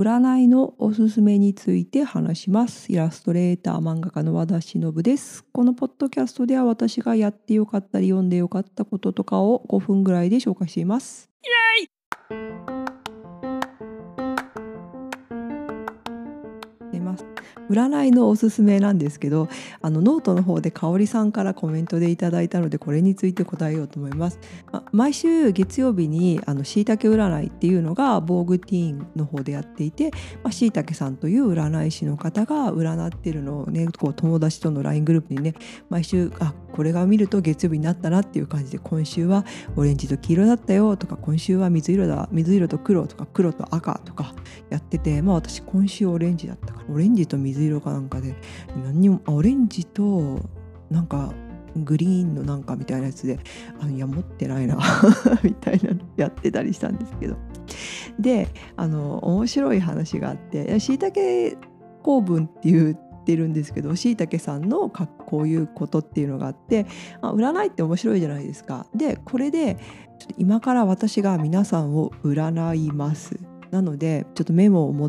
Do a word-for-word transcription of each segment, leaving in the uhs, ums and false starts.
占いのおすすめについて話します。イラストレーター漫画家の和田忍です。このポッドキャストでは私がやってよかったり読んでよかったこととかをごふんぐらいで紹介しています。イエーイ占いのおすすめなんですけど、あのノートの方で香織さんからコメントでいただいたので、これについて答えようと思います。ま、毎週月曜日にあのしいたけ占いっていうのがボーグティーンの方でやっていて、しいたけさんという占い師の方が占ってるのをね、こう友達との ライン グループにね、毎週あこれが見ると月曜日になったなっていう感じで、今週はオレンジと黄色だったよとか、今週は水色だ水色と黒とか黒と赤とかやってて、まあ私今週オレンジだったから、オレンジと水色かなんかで何にも、オレンジとなんかグリーンのなんかみたいなやつで、あのいや持ってないなみたいなのやってたりしたんですけど、であの面白い話があって、しいたけ構文って言ってるんですけど、しいたけさんのこういうことっていうのがあって、あ占いって面白いじゃないですか。でこれでちょっと今から私が皆さんを占います。なのでちょっとメモを持って、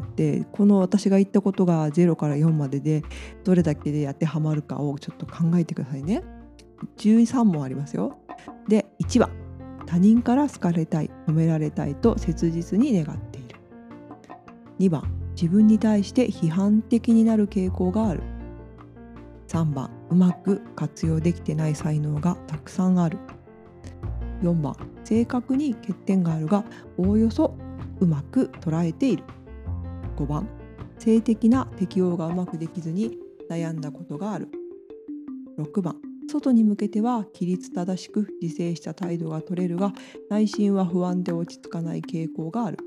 この私が言ったことがゼロからよんまででどれだけで当てはまるかをちょっと考えてくださいね。じゅうさん問ありますよ。でいちばん、他人から好かれたい、褒められたいと切実に願っている。にばん、自分に対して批判的になる傾向がある。さんばん、うまく活用できてない才能がたくさんある。よんばん、性格に欠点があるがおおよそうまく捉えている。ごばん、性的な適応がうまくできずに悩んだことがある。ろくばん、外に向けては規律正しく自制した態度が取れるが内心は不安で落ち着かない傾向がある。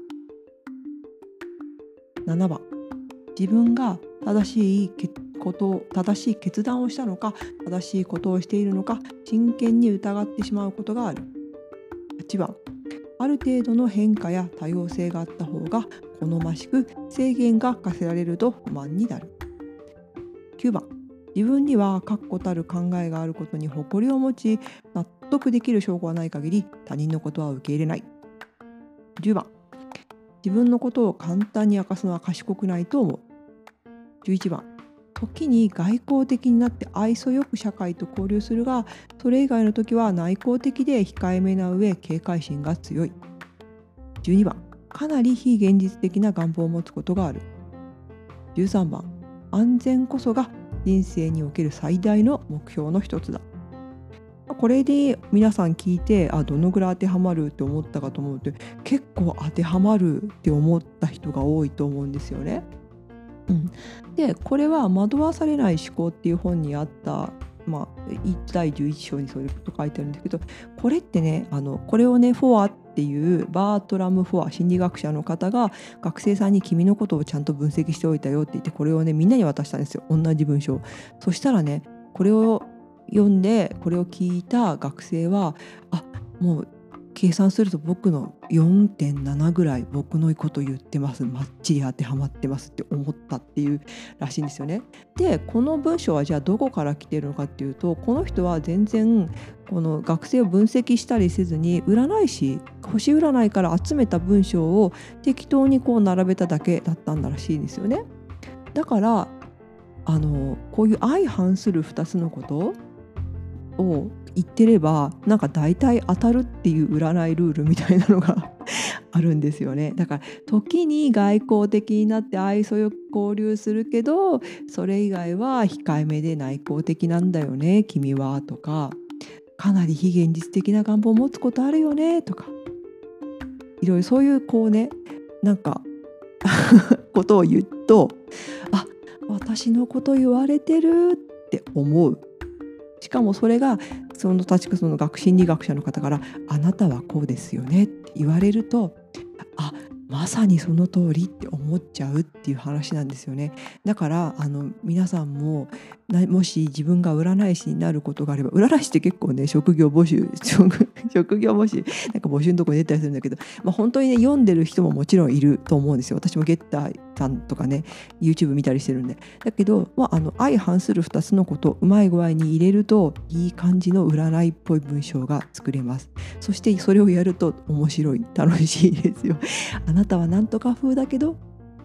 ななばん、自分が正しいことを正しい決断をしたのか、正しいことをしているのか真剣に疑ってしまうことがある。はちばん、ある程度の変化や多様性があった方が好ましく、制限が課せられると不満になる。きゅうばん、自分には確固たる考えがあることに誇りを持ち、納得できる証拠がない限り他人のことは受け入れない。じゅうばん、自分のことを簡単に明かすのは賢くないと思う。じゅういちばん、時に外交的になって愛想よく社会と交流するが、それ以外の時は内向的で控えめな上警戒心が強い。じゅうにばん、かなり非現実的な願望を持つことがある。じゅうさんばん、安全こそが人生における最大の目標の一つだ。これで皆さん聞いて、あどのぐらい当てはまるって思ったかと思うと、結構当てはまるって思った人が多いと思うんですよね。うん、でこれは惑わされない思考っていう本にあった、まあ、だいじゅういち章にそういうこと書いてあるんですけど、これってね、あのこれをねフォアっていうバートラム・フォア心理学者の方が学生さんに君のことをちゃんと分析しておいたよって言って、これをねみんなに渡したんですよ、同じ文章。そしたらね、これを読んでこれを聞いた学生は、あもう計算すると僕の よんてんなな ぐらい僕のこと言ってます、マッチリ当てはまってますって思ったっていうらしいんですよね。でこの文章はじゃあどこから来てるのかっていうと、この人は全然この学生を分析したりせずに、占い師星占いから集めた文章を適当にこう並べただけだったんだらしいんですよね。だからあのこういう相反するふたつのことを言ってれば、なんか大体当たるっていう占いルールみたいなのがあるんですよね。だから時に外交的になって愛想よく交流するけど、それ以外は控えめで内向的なんだよね君はとか、かなり非現実的な願望を持つことあるよねとか、いろいろそういうこうね、なんかことを言うと、あ私のこと言われてるって思う。しかもそれがその確かその学心理学者の方からあなたはこうですよねって言われると、あまさにその通りって思っちゃうっていう話なんですよね。だからあの皆さんももし自分が占い師になることがあれば、占い師って結構ね職業募集職業募集なんか募集のとこに出たりするんだけど、まあ、本当にね読んでる人ももちろんいると思うんですよ。私もゲッターさんとかね YouTube 見たりしてるんで。だけど、まあ、あの相反するふたつのことをうまい具合に入れるといい感じの占いっぽい文章が作れます。そしてそれをやると面白い楽しいですよ。あなたはなんとか風だけど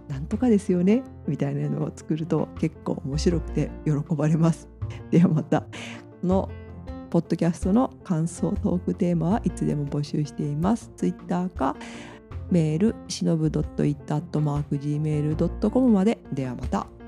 なんとかですよねみたいなのを作ると結構面白くて喜ばれます。ではまた。このポッドキャストの感想トークテーマはいつでも募集しています。ツイッターかメールしのぶ .it アットマーク ジーメール ドットコム まで。ではまた。